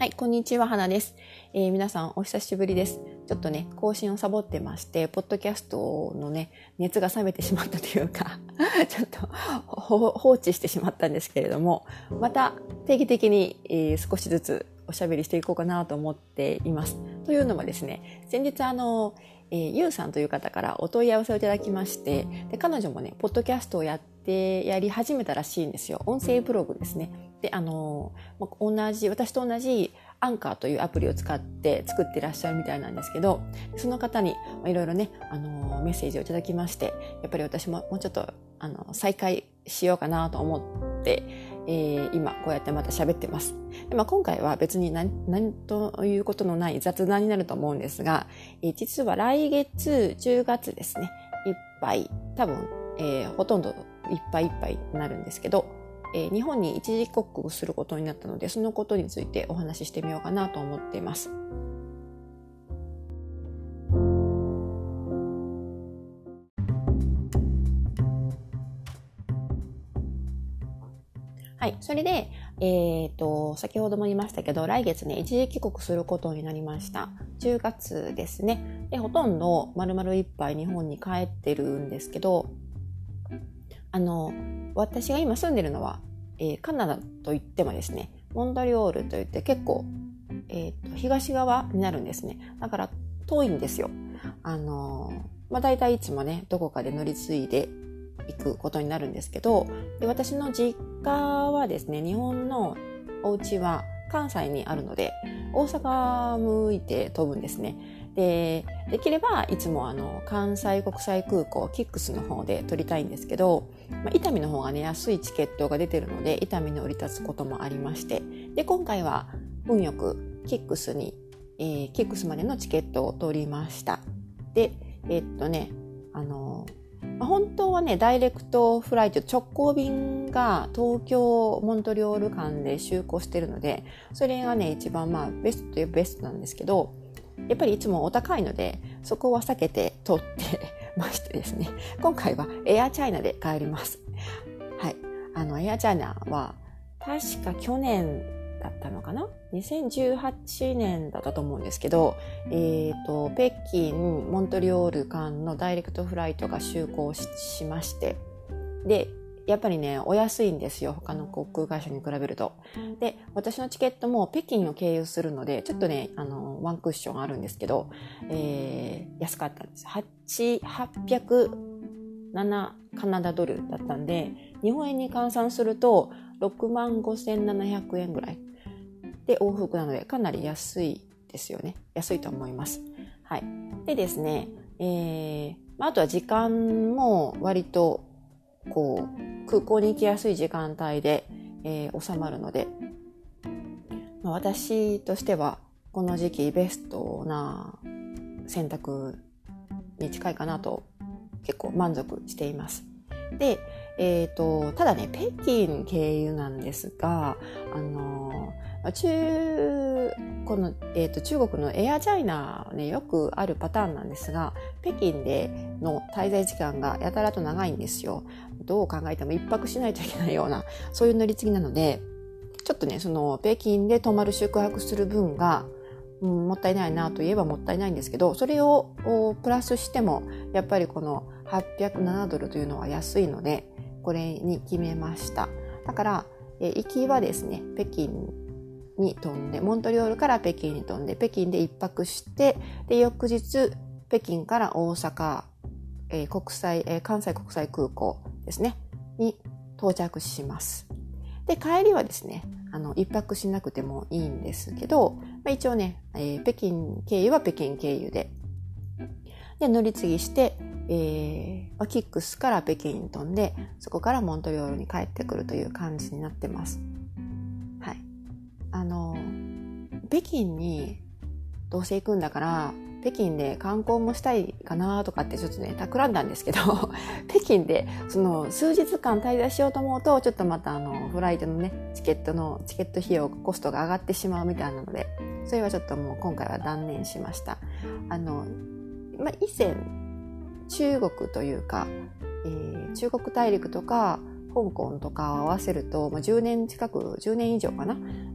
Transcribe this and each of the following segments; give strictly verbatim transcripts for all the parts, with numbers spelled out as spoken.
はい、こんにちは、花です、えー。皆さんお久しぶりです。ちょっとね、更新をサボってまして、ポッドキャストのね、熱が冷めてしまったというか、ちょっと放置してしまったんですけれども、また定期的に、えー、少しずつおしゃべりしていこうかなと思っています。というのもですね、先日あの、えー、ゆうさんという方からお問い合わせをいただきまして、で彼女もね、ポッドキャストをやってやり始めたらしいんですよ。音声ブログですね。で、あの、同じ、私と同じアンカーというアプリを使って作っていらっしゃるみたいなんですけど、その方にいろいろね、あの、メッセージをいただきまして、やっぱり私ももうちょっと、あの、再開しようかなと思って、えー、今こうやってまた喋ってます。で、まあ、今回は別に何、何ということのない雑談になると思うんですが、えー、実は来月じゅうがつですね、いっぱい、多分、えー、ほとんどいっぱいいっぱいになるんですけど、えー、日本に一時帰国することになったので、そのことについてお話ししてみようかなと思っています。はい。それで、えっと、先ほども言いましたけど、来月ね、一時帰国することになりました。じゅうがつですね。で、ほとんど丸々いっぱい日本に帰ってるんですけど、あの、私が今住んでるのは、えー、カナダといってもですね、モントリオールといって結構、えー、と東側になるんですね。だから遠いんですよ。あのー、まあ、大体いつもね、どこかで乗り継いで行くことになるんですけど、で私の実家はですね、日本のお家は関西にあるので、大阪向いて飛ぶんですね。で、できればいつもあの関西国際空港キックスの方で撮りたいんですけど、まあ、伊丹の方がね安いチケットが出てるので伊丹に降り立つこともありまして、で今回は運よくキックスに、えー、キックスまでのチケットを取りました。でえー、っとねあのまあ、本当はねダイレクトフライト直行便が東京モントリオール間で就航してるので、それがね一番まあベストというベストなんですけど、やっぱりいつもお高いのでそこは避けて通ってましてですね、今回はエアチャイナで帰ります。はい、あのエアチャイナは確か去年だったのかな、にせんじゅうはちねんだったと思うんですけど、えーと、北京モントリオール間のダイレクトフライトが就航 し, しまして、でやっぱりねお安いんですよ、他の航空会社に比べると。で私のチケットも北京を経由するのでちょっとねあのワンクッションあるんですけど、えー、安かったんです。はっぴゃくななカナダドルだったんで、日本円に換算するとろくまんごせんななひゃくえんぐらいで往復なのでかなり安いですよね。安いと思います。はい。でですね、えー、あとは時間も割とこう空港に行きやすい時間帯で、えー、収まるので、まあ、私としてはこの時期ベストな選択に近いかなと結構満足しています。で、えーと、ただね北京経由なんですが、あの中この、えーと、中国のエアチャイナねよくあるパターンなんですが、北京での滞在時間がやたらと長いんですよ。どう考えても一泊しないといけないようなそういう乗り継ぎなので、ちょっとねその北京で泊まる宿泊する分が、うん、もったいないなといえばもったいないんですけど、それをプラスしてもやっぱりこのはっぴゃくななドルというのは安いのでこれに決めました。だからえ行きはですね北京に飛んで、モントリオールから北京に飛んで北京で一泊して、で翌日北京から大阪、えー、国際、えー、関西国際空港ですねに到着します。で帰りはですねあの一泊しなくてもいいんですけど、まあ、一応ね、えー、北京経由は北京経由でで乗り継ぎして、えー、キックスから北京に飛んで、そこからモントリオールに帰ってくるという感じになってます。はい。あの北京にどうせ行くんだから北京で観光もしたいかなとかってちょっとね企んだんですけど北京でその数日間滞在しようと思うとちょっとまたあのフライトのねチケットのチケット費用コストが上がってしまうみたいなので、それはちょっともう今回は断念しました。あの、まあ、以前中国というか、えー、中国大陸とか香港とかを合わせると、まあ、じゅうねん近くじゅうねん以上かなあの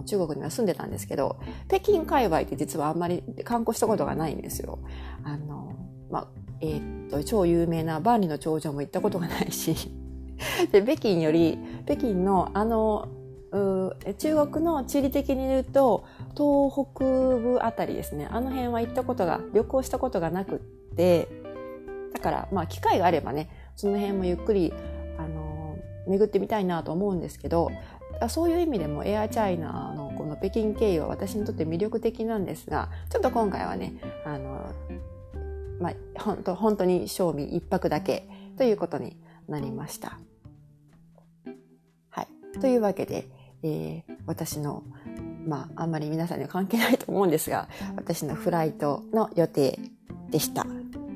の中国には住んでたんですけど、北京界隈って実はあんまり観光したことがないんですよ。あの、まあ、えー、っと、超有名な万里の長城も行ったことがないし、で、北京より、北京のあの、中国の地理的に言うと、東北部あたりですね。あの辺は行ったことが、旅行したことがなくって、だから、まあ、機会があればね、その辺もゆっくり、あの、巡ってみたいなと思うんですけど、そういう意味でもエアチャイナのこの北京経由は私にとって魅力的なんですが、ちょっと今回はね、あの、まあ、本当、本当に賞味一泊だけということになりました。はい。というわけで、えー、私の、まあ、あんまり皆さんには関係ないと思うんですが、私のフライトの予定でした。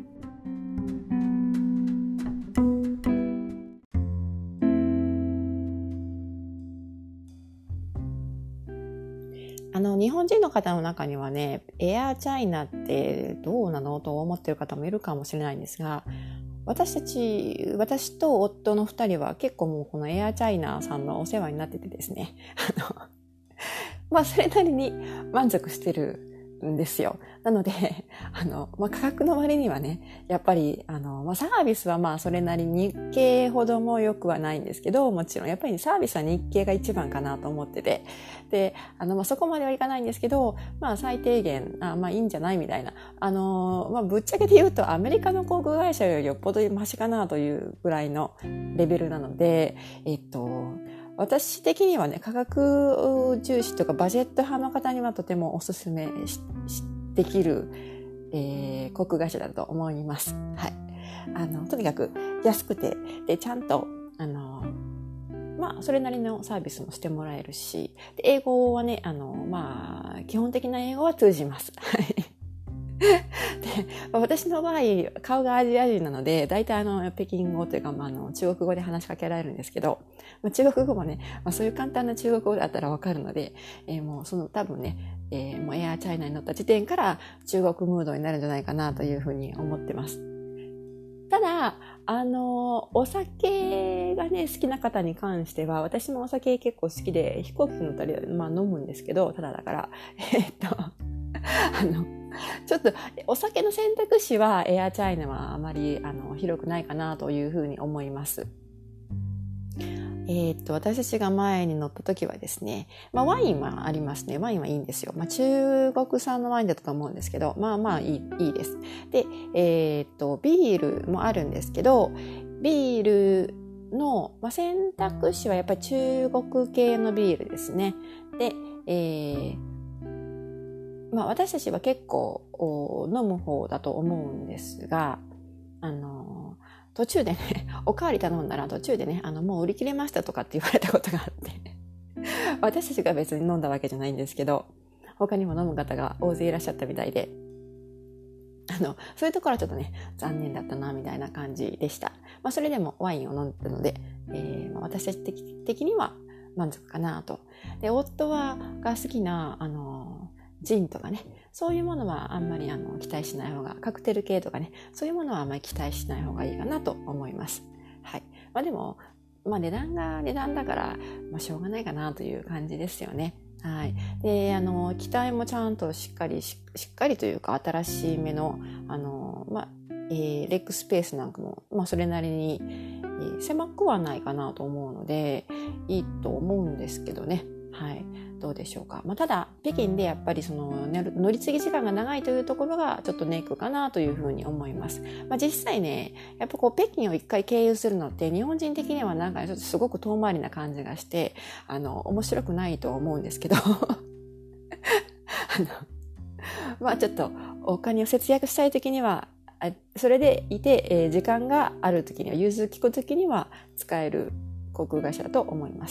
あの、日本人の方の中にはね、エアチャイナってどうなのと思っている方もいるかもしれないんですが、私たち、私と夫の二人は結構もうこのエアチャイナさんのお世話になっててですね、あの、まあそれなりに満足してるんですよ。なので、あの、まあ価格の割にはね、やっぱり、あの、まあサービスはまあそれなりに日系ほども良くはないんですけど、もちろんやっぱりサービスは日系が一番かなと思ってて、で、あの、まあそこまではいかないんですけど、まあ最低限、あまあいいんじゃないみたいな、あの、まあぶっちゃけて言うとアメリカの航空会社よりよっぽどマシかなというぐらいのレベルなので、えっと、私的にはね、価格重視とかバジェット派の方にはとてもおすすめしできる、えー、航空会社だと思います。はい。あの、とにかく安くて、で、ちゃんと、あの、まあ、それなりのサービスもしてもらえるし、で英語はね、あの、まあ、基本的な英語は通じます。はい。で、私の場合、顔がアジア人なので、大体あの、北京語というか、まあ、あの、中国語で話しかけられるんですけど、まあ、中国語もね、まあ、そういう簡単な中国語だったらわかるので、えー、もうその多分ね、えー、もうエアチャイナに乗った時点から中国ムードになるんじゃないかなというふうに思ってます。ただ、あの、お酒がね、好きな方に関しては、私もお酒結構好きで、飛行機乗ったり、まあ飲むんですけど、ただだから、えー、っと、あの、ちょっとお酒の選択肢はエアチャイナはあまりあの広くないかなというふうに思います。えー、っと、私たちが前に乗った時はですね、まあワインはありますね。ワインはいいんですよ。まあ中国産のワインだったと思うんですけど、まあまあいい、いいです。で、えー、っと、ビールもあるんですけど、ビールの、まあ、選択肢はやっぱり中国系のビールですね。で、えーまあ私たちは結構飲む方だと思うんですが、あの、途中でね、おかわり頼んだら途中でね、あの、もう売り切れましたとかって言われたことがあって、私たちが別に飲んだわけじゃないんですけど、他にも飲む方が大勢いらっしゃったみたいで、あの、そういうところはちょっとね、残念だったな、みたいな感じでした。まあそれでもワインを飲んだので、えーまあ、私たち的、的には満足かなと。で、夫は、が好きな、あの、ジンとかね、そういうものはあんまりあの期待しない方が、カクテル系とかね、そういうものはあんまり期待しない方がいいかなと思います。はい。まあでも、まあ値段が値段だから、まあしょうがないかなという感じですよね。はい。で、あの、機体もちゃんとしっかりし、しっかりというか新しい目の、あの、まあ、えー、レッグスペースなんかも、まあそれなりに、えー、狭くはないかなと思うので、いいと思うんですけどね。はい。どうでしょうか。まあ、ただ、北京でやっぱりその、乗り継ぎ時間が長いというところがちょっとネックかなというふうに思います。まあ、実際ね、やっぱこう、北京を一回経由するのって日本人的にはなんかちょっとすごく遠回りな感じがして、あの、面白くないと思うんですけど、あの、まあちょっとお金を節約したい時には、それでいて、えー、時間がある時には、融通きく時には使える航空会社だと思います。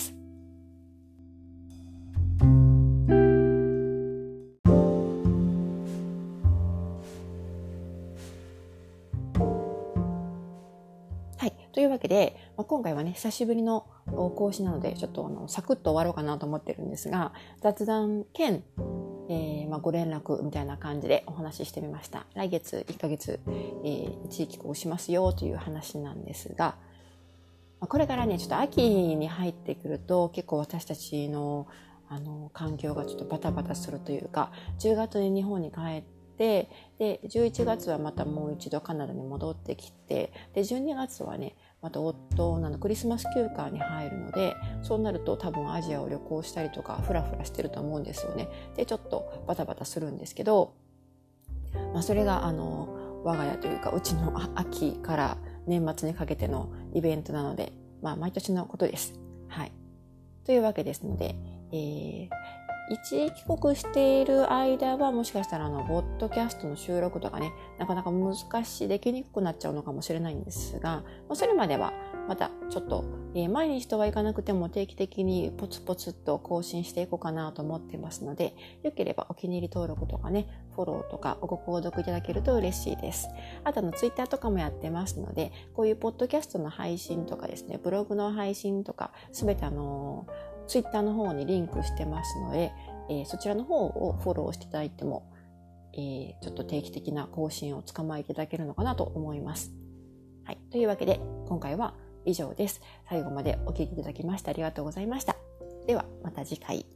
というわけで、まあ、今回はね、久しぶりの講師なので、ちょっとあのサクッと終わろうかなと思ってるんですが、雑談兼、えーまあ、ご連絡みたいな感じでお話ししてみました。来月いっかげつ、えー、一時帰国しますよという話なんですが、まあ、これからね、ちょっと秋に入ってくると、結構私たちのあの環境がちょっとバタバタするというか、じゅうがつに日本に帰ってでじゅういちがつはまたもう一度カナダに戻ってきて、でじゅうにがつはねまた夫のクリスマス休暇に入るので、そうなると多分アジアを旅行したりとかフラフラしてると思うんですよね。でちょっとバタバタするんですけど、まあ、それがあの我が家というかうちの秋から年末にかけてのイベントなので、まあ、毎年のことです。はい。というわけですので、えー、一時帰国している間はもしかしたらあのポッドキャストの収録とかね、なかなか難しい、できにくくなっちゃうのかもしれないんですが、それまではまたちょっと、えー、毎日とはいかなくても定期的にポツポツっと更新していこうかなと思ってますので、よければお気に入り登録とかね、フォローとかご購読いただけると嬉しいです。あとのツイッターとかもやってますので、こういうポッドキャストの配信とかですね、ブログの配信とかすべてあのツイッターの方にリンクしてますので、えー、そちらの方をフォローしていただいても、えー、ちょっと定期的な更新を捕まえていただけるのかなと思います。はい、というわけで今回は以上です。最後までお聞きいただきましてありがとうございました。ではまた次回。